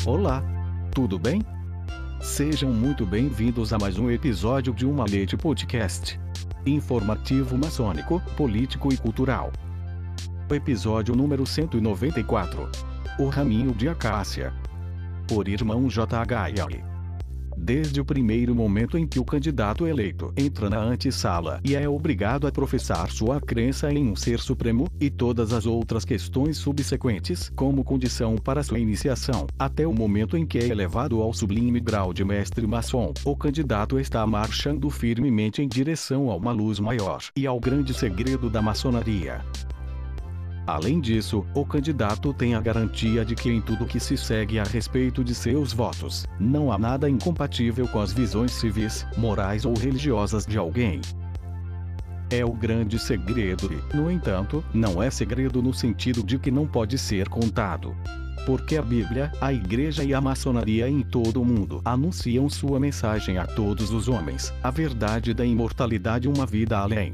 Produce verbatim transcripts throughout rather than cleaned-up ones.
Olá! Tudo bem? Sejam muito bem-vindos a mais um episódio de Uma Leite Podcast. Informativo maçônico, político e cultural. Episódio número cento e noventa e quatro. O Raminho de Acácia. Por irmão J H L. Desde o primeiro momento em que o candidato eleito entra na antessala e é obrigado a professar sua crença em um ser supremo, e todas as outras questões subsequentes como condição para sua iniciação, até o momento em que é elevado ao sublime grau de mestre maçom, o candidato está marchando firmemente em direção a uma luz maior e ao grande segredo da maçonaria. Além disso, o candidato tem a garantia de que em tudo que se segue a respeito de seus votos, não há nada incompatível com as visões civis, morais ou religiosas de alguém. É o grande segredo e, no entanto, não é segredo no sentido de que não pode ser contado. Porque a Bíblia, a Igreja e a maçonaria em todo o mundo anunciam sua mensagem a todos os homens, a verdade da imortalidade e uma vida além.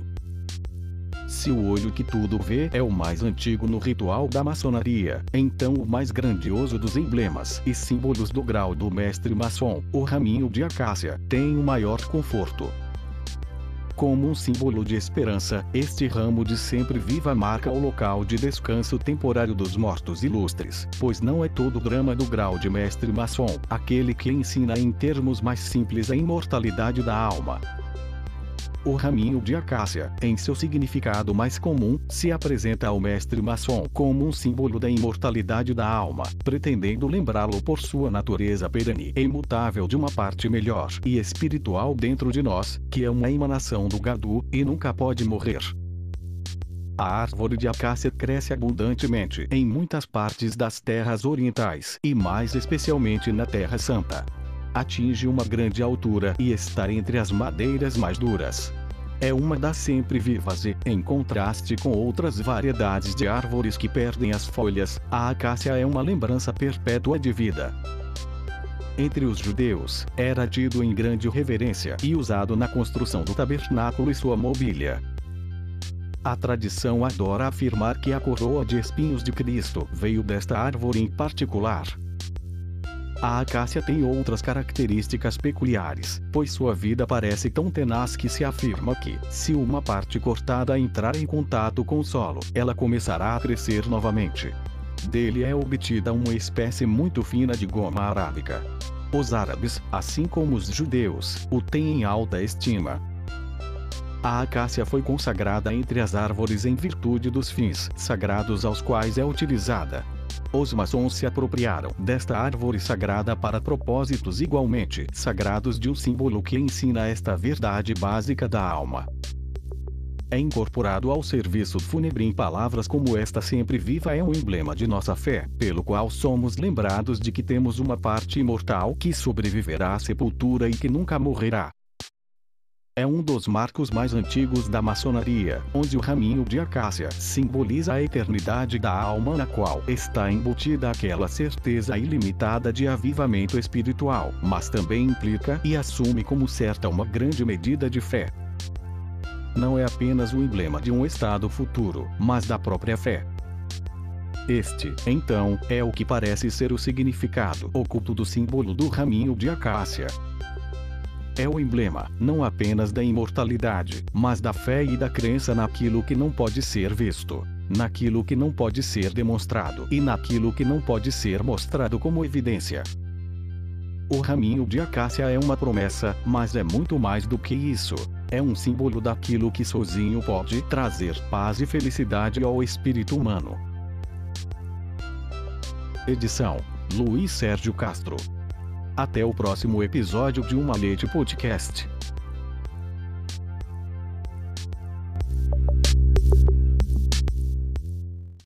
Se o olho que tudo vê é o mais antigo no ritual da maçonaria, então o mais grandioso dos emblemas e símbolos do grau do mestre maçom, o Raminho de Acácia, tem o maior conforto. Como um símbolo de esperança, este ramo de sempre viva marca o local de descanso temporário dos mortos ilustres, pois não é todo o drama do grau de mestre maçom, aquele que ensina em termos mais simples a imortalidade da alma. O Raminho de Acácia, em seu significado mais comum, se apresenta ao mestre maçom como um símbolo da imortalidade da alma, pretendendo lembrá-lo por sua natureza perene e imutável de uma parte melhor e espiritual dentro de nós, que é uma emanação do Gadu, e nunca pode morrer. A árvore de acácia cresce abundantemente em muitas partes das terras orientais, e mais especialmente na Terra Santa. Atinge uma grande altura e está entre as madeiras mais duras. É uma das sempre vivas e, em contraste com outras variedades de árvores que perdem as folhas, a acácia é uma lembrança perpétua de vida. Entre os judeus, era tido em grande reverência e usado na construção do tabernáculo e sua mobília. A tradição adora afirmar que a coroa de espinhos de Cristo veio desta árvore em particular. A acácia tem outras características peculiares, pois sua vida parece tão tenaz que se afirma que, se uma parte cortada entrar em contato com o solo, ela começará a crescer novamente. Dele é obtida uma espécie muito fina de goma arábica. Os árabes, assim como os judeus, o têm em alta estima. A acácia foi consagrada entre as árvores em virtude dos fins sagrados aos quais é utilizada. Os maçons se apropriaram desta árvore sagrada para propósitos igualmente sagrados de um símbolo que ensina esta verdade básica da alma. É incorporado ao serviço fúnebre em palavras como esta sempre viva é um emblema de nossa fé, pelo qual somos lembrados de que temos uma parte imortal que sobreviverá à sepultura e que nunca morrerá. É um dos marcos mais antigos da maçonaria, onde o raminho de acácia simboliza a eternidade da alma na qual está embutida aquela certeza ilimitada de avivamento espiritual, mas também implica e assume como certa uma grande medida de fé. Não é apenas o emblema de um estado futuro, mas da própria fé. Este, então, é o que parece ser o significado oculto do símbolo do raminho de acácia. É o emblema, não apenas da imortalidade, mas da fé e da crença naquilo que não pode ser visto, naquilo que não pode ser demonstrado e naquilo que não pode ser mostrado como evidência. O raminho de acácia é uma promessa, mas é muito mais do que isso. É um símbolo daquilo que sozinho pode trazer paz e felicidade ao espírito humano. Edição: Luiz Sérgio Castro. Até o próximo episódio de Uma Leite Podcast.